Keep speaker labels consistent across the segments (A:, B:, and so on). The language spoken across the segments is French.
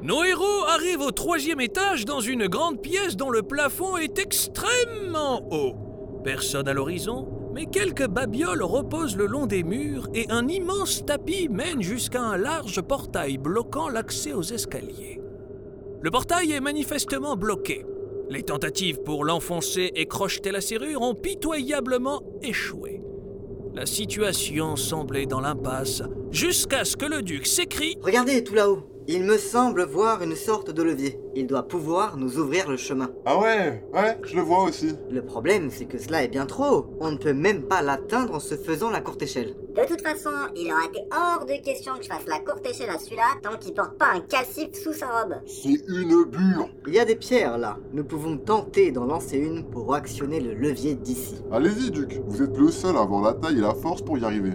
A: Nos héros arrivent au 3e étage dans une grande pièce dont le plafond est extrêmement haut. Personne à l'horizon, mais quelques babioles reposent le long des murs et un immense tapis mène jusqu'à un large portail bloquant l'accès aux escaliers. Le portail est manifestement bloqué. Les tentatives pour l'enfoncer et crocheter la serrure ont pitoyablement échoué. La situation semblait dans l'impasse, jusqu'à ce que le duc s'écrie «
B: Regardez tout là-haut, il me semble voir une sorte de levier. Il doit pouvoir nous ouvrir le chemin. »
C: Ah ouais, je le vois aussi.
B: Le problème, c'est que cela est bien trop haut. On ne peut même pas l'atteindre en se faisant la courte échelle.
D: De toute façon, il aurait été hors de question que je fasse la courte échelle à celui-là tant qu'il porte pas un calcif sous sa robe.
C: C'est une bure.
B: Il y a des pierres là. Nous pouvons tenter d'en lancer une pour actionner le levier d'ici.
C: Allez-y, Duc. Vous êtes le seul à avoir la taille et la force pour y arriver.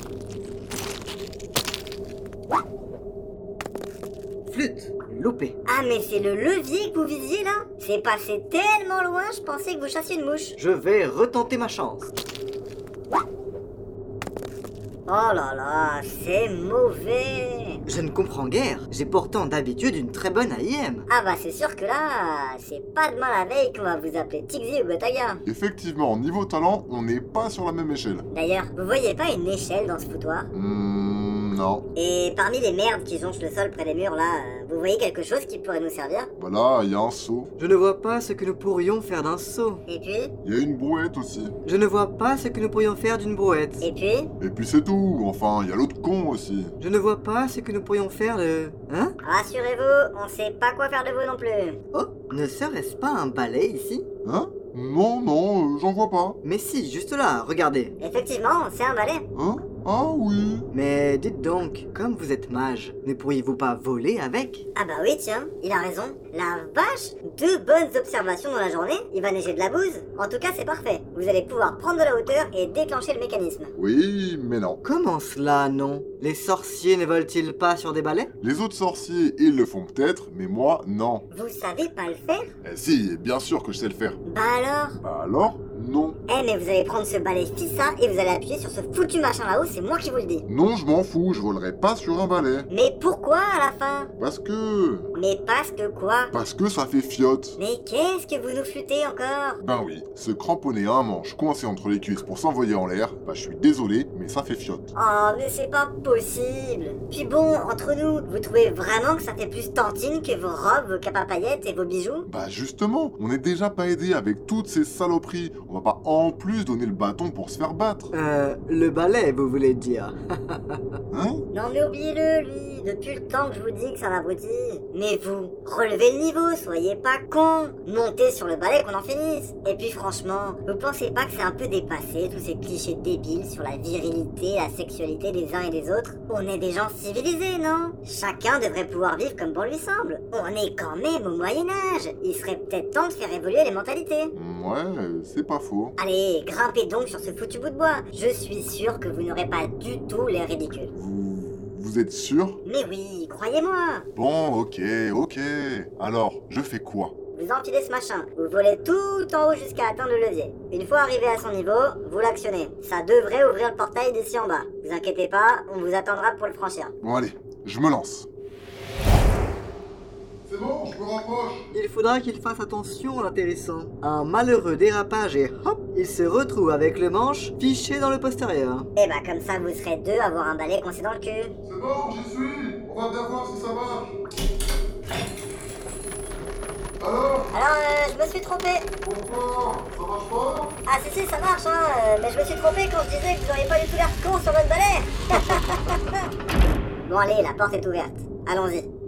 B: Flûte, loupé.
D: Ah mais c'est le levier que vous visiez là? C'est passé tellement loin, je pensais que vous chassiez une mouche.
B: Je vais retenter ma chance.
D: Oh là là, c'est mauvais.
B: Je ne comprends guère. J'ai pourtant d'habitude une très bonne AIM.
D: Ah bah c'est sûr que là, c'est pas demain la veille qu'on va vous appeler Tixi ou Gotaga.
C: Effectivement, niveau talent, on n'est pas sur la même échelle.
D: D'ailleurs, vous voyez pas une échelle dans ce foutoir?
C: Non.
D: Et parmi les merdes qui jonchent le sol près des murs là, vous voyez quelque chose qui pourrait nous servir?
C: Bah là, il y a un seau.
B: Je ne vois pas ce que nous pourrions faire d'un seau.
D: Et puis?
C: Il y a une brouette aussi.
B: Je ne vois pas ce que nous pourrions faire d'une brouette.
D: Et puis?
C: Et puis c'est tout. Enfin, il y a l'autre con aussi.
B: Je ne vois pas ce que nous pourrions faire de... Hein?
D: Rassurez-vous, on sait pas quoi faire de vous non plus.
B: Oh, ne serait-ce pas un balai ici?
C: Hein? Non, j'en vois pas.
B: Mais si, juste là, regardez.
D: Effectivement, c'est un balai.
C: Hein? Ah oui.
B: Mais dites donc, comme vous êtes mage, ne pourriez-vous pas voler avec?
D: Ah bah oui tiens, il a raison. La vache, 2 bonnes observations dans la journée, il va neiger de la bouse. En tout cas c'est parfait, vous allez pouvoir prendre de la hauteur et déclencher le mécanisme.
C: Oui, mais non.
B: Comment cela, non? Les sorciers ne volent-ils pas sur des balais?
C: Les autres sorciers, ils le font peut-être, mais moi, non.
D: Vous savez pas le faire?
C: Eh si, bien sûr que je sais le faire.
D: Bah alors?
C: Bah alors? Non.
D: Eh mais vous allez prendre ce balai fissa et vous allez appuyer sur ce foutu machin là-haut, c'est moi qui vous le dis.
C: Non, je m'en fous, je volerai pas sur un balai.
D: Mais pourquoi à la fin?
C: Parce que...
D: Mais parce que quoi?
C: Parce que ça fait fiotte.
D: Mais qu'est-ce que vous nous floutez encore?
C: Ben oui, se cramponner à un manche coincé entre les cuisses pour s'envoyer en l'air, bah je suis désolé, mais ça fait fiotte.
D: Oh mais c'est pas possible. Puis bon, entre nous, vous trouvez vraiment que ça fait plus tantine que vos robes, vos capes à paillettes et vos bijoux?
C: Bah justement, on n'est déjà pas aidé avec toutes ces saloperies. On va pas en plus donner le bâton pour se faire battre.
B: Le balai, vous voulez dire?
C: Hein?
D: Non mais oubliez-le lui, depuis le temps que je vous dis que c'est un abruti. Mais vous, relevez le niveau, soyez pas cons. Montez sur le balai qu'on en finisse. Et puis franchement, vous pensez pas que c'est un peu dépassé tous ces clichés débiles sur la virilité, la sexualité des uns et des autres? On est des gens civilisés, non? Chacun devrait pouvoir vivre comme bon lui semble. On est quand même au Moyen-Âge. Il serait peut-être temps de faire évoluer les mentalités.
C: Ouais, c'est pas faux.
D: Allez, grimpez donc sur ce foutu bout de bois. Je suis sûr que vous n'aurez pas du tout l'air ridicule.
C: Vous êtes sûr?
D: Mais oui, croyez-moi.
C: Bon, ok. Alors, je fais quoi?
D: Vous enfilez ce machin, vous volez tout en haut jusqu'à atteindre le levier. Une fois arrivé à son niveau, vous l'actionnez. Ça devrait ouvrir le portail d'ici en bas. Vous inquiétez pas, on vous attendra pour le franchir.
C: Bon allez, je me lance. C'est bon, je me rapproche.
B: Il faudra qu'il fasse attention en atterrissant. Un malheureux dérapage et hop, il se retrouve avec le manche fiché dans le postérieur.
D: Et bah comme ça vous serez 2 à avoir un balai coincé dans le cul.
C: C'est bon, j'y suis. On va bien voir si ça marche. Alors,
D: je me suis trompé.
C: pourquoi? Ça marche pas?
D: Ah si ça marche mais je me suis trompé quand je disais que vous auriez pas du tout l'air con sur votre balai. Bon allez, la porte est ouverte. Allons-y.